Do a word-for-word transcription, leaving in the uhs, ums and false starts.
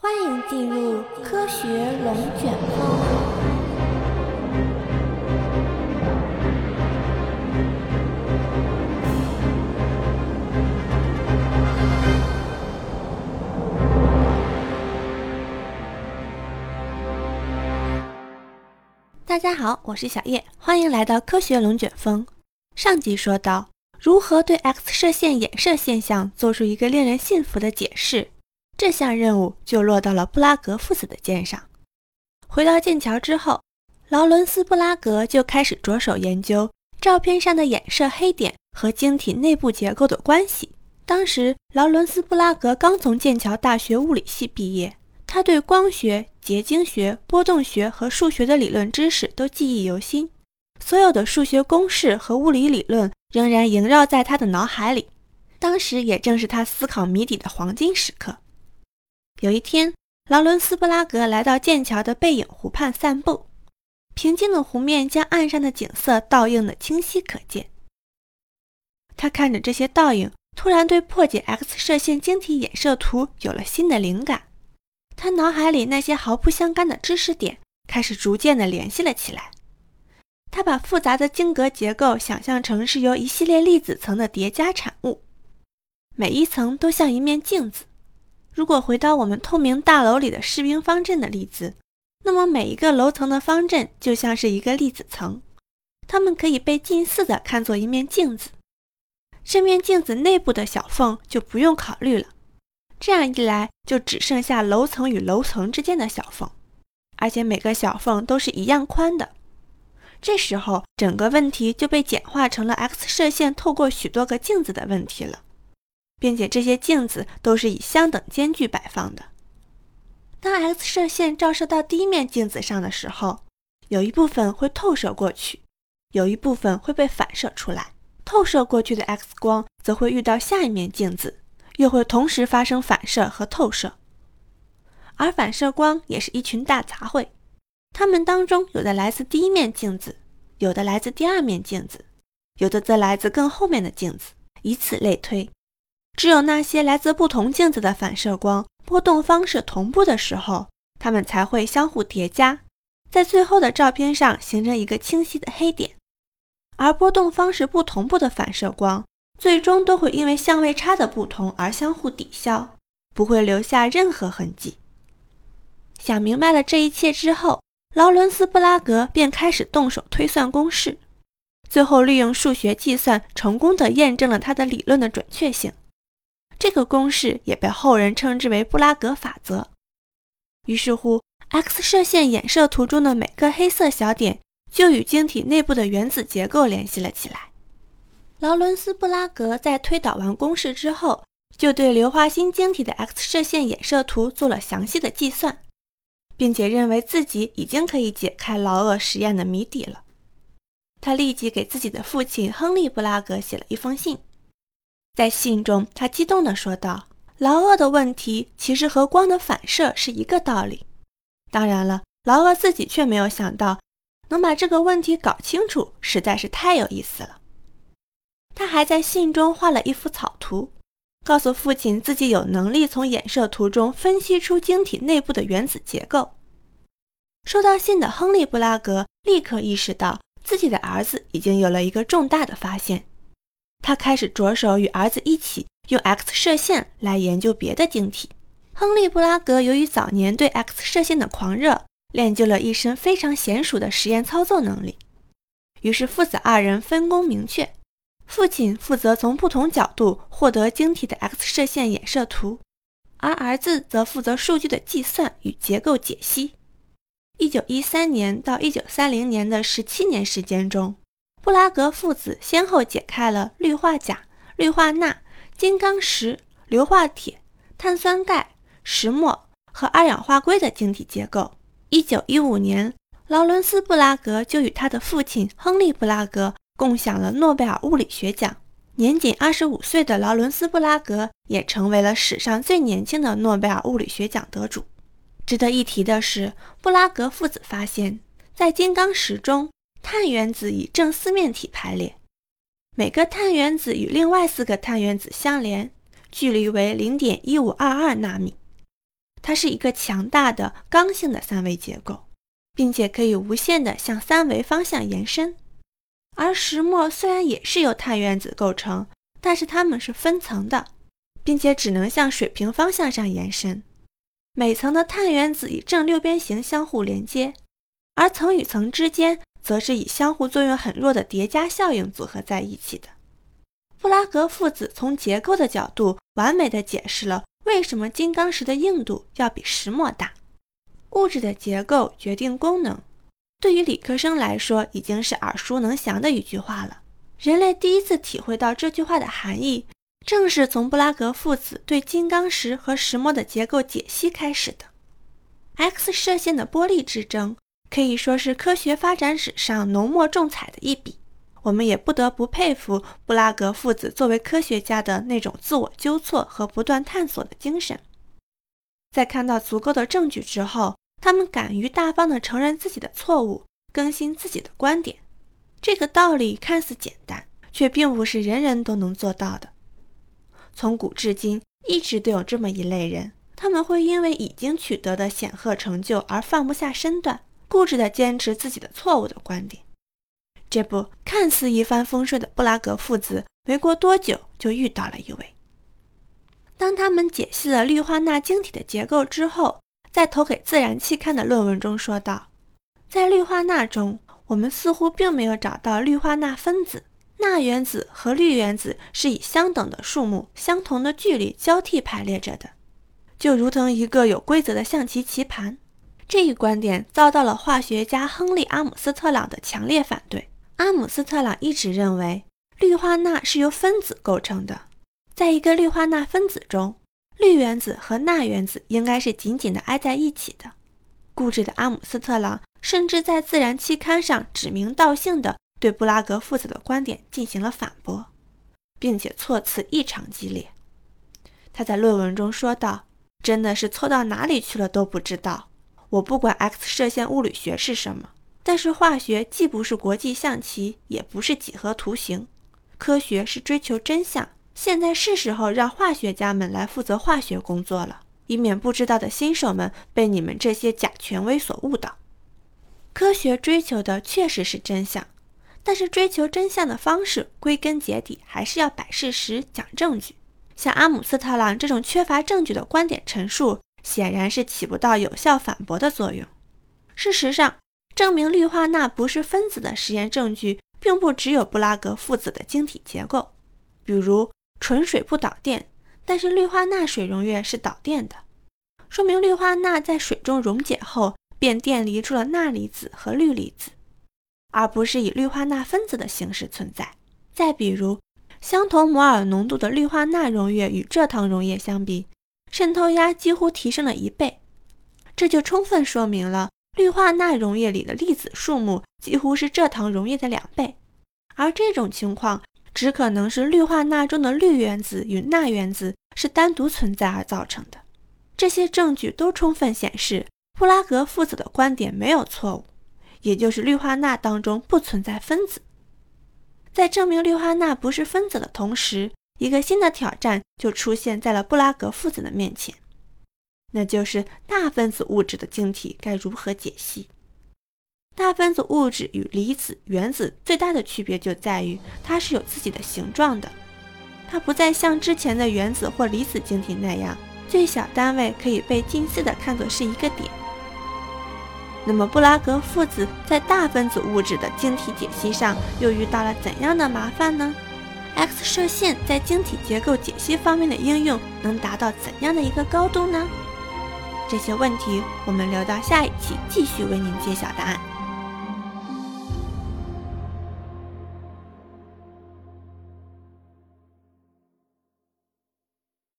欢迎进入科学龙卷风。大家好，我是小叶，欢迎来到科学龙卷风。上集说到，如何对 X 射线衍射现象做出一个令人信服的解释，这项任务就落到了布拉格父子的肩上。回到剑桥之后，劳伦斯·布拉格就开始着手研究照片上的衍射黑点和晶体内部结构的关系。当时劳伦斯·布拉格刚从剑桥大学物理系毕业，他对光学、结晶学、波动学和数学的理论知识都记忆犹新，所有的数学公式和物理理论仍然萦绕在他的脑海里。当时也正是他思考谜底的黄金时刻。有一天，劳伦斯·布拉格来到剑桥的背影湖畔散步，平静的湖面将岸上的景色倒映得清晰可见。他看着这些倒影，突然对破解 X 射线晶体衍射图有了新的灵感。他脑海里那些毫不相干的知识点开始逐渐地联系了起来。他把复杂的晶格结构想象成是由一系列粒子层的叠加产物，每一层都像一面镜子。如果回到我们透明大楼里的士兵方阵的例子，那么每一个楼层的方阵就像是一个粒子层，它们可以被近似的看作一面镜子。这面镜子内部的小缝就不用考虑了，这样一来就只剩下楼层与楼层之间的小缝，而且每个小缝都是一样宽的。这时候整个问题就被简化成了 X 射线透过许多个镜子的问题了，并且这些镜子都是以相等间距摆放的。当 X 射线照射到第一面镜子上的时候，有一部分会透射过去，有一部分会被反射出来。透射过去的 X 光则会遇到下一面镜子，又会同时发生反射和透射。而反射光也是一群大杂烩，它们当中有的来自第一面镜子，有的来自第二面镜子，有的则来自更后面的镜子，以此类推。只有那些来自不同镜子的反射光波动方式同步的时候，它们才会相互叠加，在最后的照片上形成一个清晰的黑点。而波动方式不同步的反射光最终都会因为相位差的不同而相互抵消，不会留下任何痕迹。想明白了这一切之后，劳伦斯·布拉格便开始动手推算公式，最后利用数学计算成功地验证了他的理论的准确性。这个公式也被后人称之为布拉格法则。于是乎 X 射线衍射图中的每个黑色小点就与晶体内部的原子结构联系了起来。劳伦斯·布拉格在推导完公式之后，就对硫化锌晶体的 X 射线衍射图做了详细的计算，并且认为自己已经可以解开劳厄实验的谜底了。他立即给自己的父亲亨利·布拉格写了一封信。在信中，他激动地说道，劳厄的问题其实和光的反射是一个道理。当然了，劳厄自己却没有想到，能把这个问题搞清楚实在是太有意思了。他还在信中画了一幅草图，告诉父亲自己有能力从衍射图中分析出晶体内部的原子结构。收到信的亨利·布拉格立刻意识到自己的儿子已经有了一个重大的发现。他开始着手与儿子一起用 X 射线来研究别的晶体。亨利·布拉格由于早年对 X 射线的狂热，练就了一身非常娴熟的实验操作能力。于是父子二人分工明确，父亲负责从不同角度获得晶体的 X 射线衍射图，而儿子则负责数据的计算与结构解析。一九一三年到一九三零年的十七年时间中，布拉格父子先后解开了氯化钾、氯化钠、金刚石、硫化铁、碳酸钙、石墨和二氧化硅的晶体结构。一九一五年，劳伦斯·布拉格就与他的父亲亨利·布拉格共享了诺贝尔物理学奖。年仅二十五岁的劳伦斯·布拉格也成为了史上最年轻的诺贝尔物理学奖得主。值得一提的是，布拉格父子发现，在金刚石中，碳原子以正四面体排列，每个碳原子与另外四个碳原子相连，距离为 零点一五二二纳米。 它是一个强大的刚性的三维结构，并且可以无限地向三维方向延伸。而石墨虽然也是由碳原子构成，但是它们是分层的，并且只能向水平方向上延伸。每层的碳原子以正六边形相互连接，而层与层之间则是以相互作用很弱的叠加效应组合在一起的。布拉格父子从结构的角度完美地解释了为什么金刚石的硬度要比石墨大。物质的结构决定功能，对于理科生来说已经是耳熟能详的一句话了。人类第一次体会到这句话的含义，正是从布拉格父子对金刚石和石墨的结构解析开始的。X 射线的波粒之争可以说是科学发展史上浓墨重彩的一笔，我们也不得不佩服布拉格父子作为科学家的那种自我纠错和不断探索的精神。在看到足够的证据之后，他们敢于大方地承认自己的错误，更新自己的观点。这个道理看似简单，却并不是人人都能做到的。从古至今，一直都有这么一类人，他们会因为已经取得的显赫成就而放不下身段，固执地坚持自己的错误的观点。这不，看似一帆风顺的布拉格父子，没过多久就遇到了一位。当他们解析了氯化钠晶体的结构之后，在投给自然期刊的论文中说道，在氯化钠中，我们似乎并没有找到氯化钠分子，钠原子和氯原子是以相等的数目、相同的距离交替排列着的，就如同一个有规则的象棋棋盘。这一观点遭到了化学家亨利·阿姆斯特朗的强烈反对。阿姆斯特朗一直认为氯化钠是由分子构成的，在一个氯化钠分子中，氯原子和钠原子应该是紧紧地挨在一起的。固执的阿姆斯特朗甚至在自然期刊上指名道姓地对布拉格父子的观点进行了反驳，并且措辞异常激烈。他在论文中说道，真的是错到哪里去了都不知道，我不管 X 射线物理学是什么，但是化学既不是国际象棋，也不是几何图形，科学是追求真相。现在是时候让化学家们来负责化学工作了，以免不知道的新手们被你们这些假权威所误导。科学追求的确实是真相，但是追求真相的方式归根结底还是要摆事实、讲证据。像阿姆斯特朗这种缺乏证据的观点陈述，显然是起不到有效反驳的作用。事实上，证明氯化钠不是分子的实验证据并不只有布拉格父子的晶体结构，比如纯水不导电，但是氯化钠水溶液是导电的，说明氯化钠在水中溶解后便电离出了钠离子和氯离子，而不是以氯化钠分子的形式存在。再比如，相同摩尔浓度的氯化钠溶液与蔗糖溶液相比，渗透压几乎提升了一倍，这就充分说明了氯化钠溶液里的粒子数目几乎是蔗糖溶液的两倍，而这种情况只可能是氯化钠中的氯原子与钠原子是单独存在而造成的。这些证据都充分显示布拉格父子的观点没有错误，也就是氯化钠当中不存在分子。在证明氯化钠不是分子的同时，一个新的挑战就出现在了布拉格父子的面前，那就是大分子物质的晶体该如何解析。大分子物质与离子、原子最大的区别就在于它是有自己的形状的，它不再像之前的原子或离子晶体那样，最小单位可以被近似的看作是一个点。那么布拉格父子在大分子物质的晶体解析上又遇到了怎样的麻烦呢？ X 射线在晶体结构解析方面的应用能达到怎样的一个高度呢？这些问题我们留到下一期继续为您揭晓答案。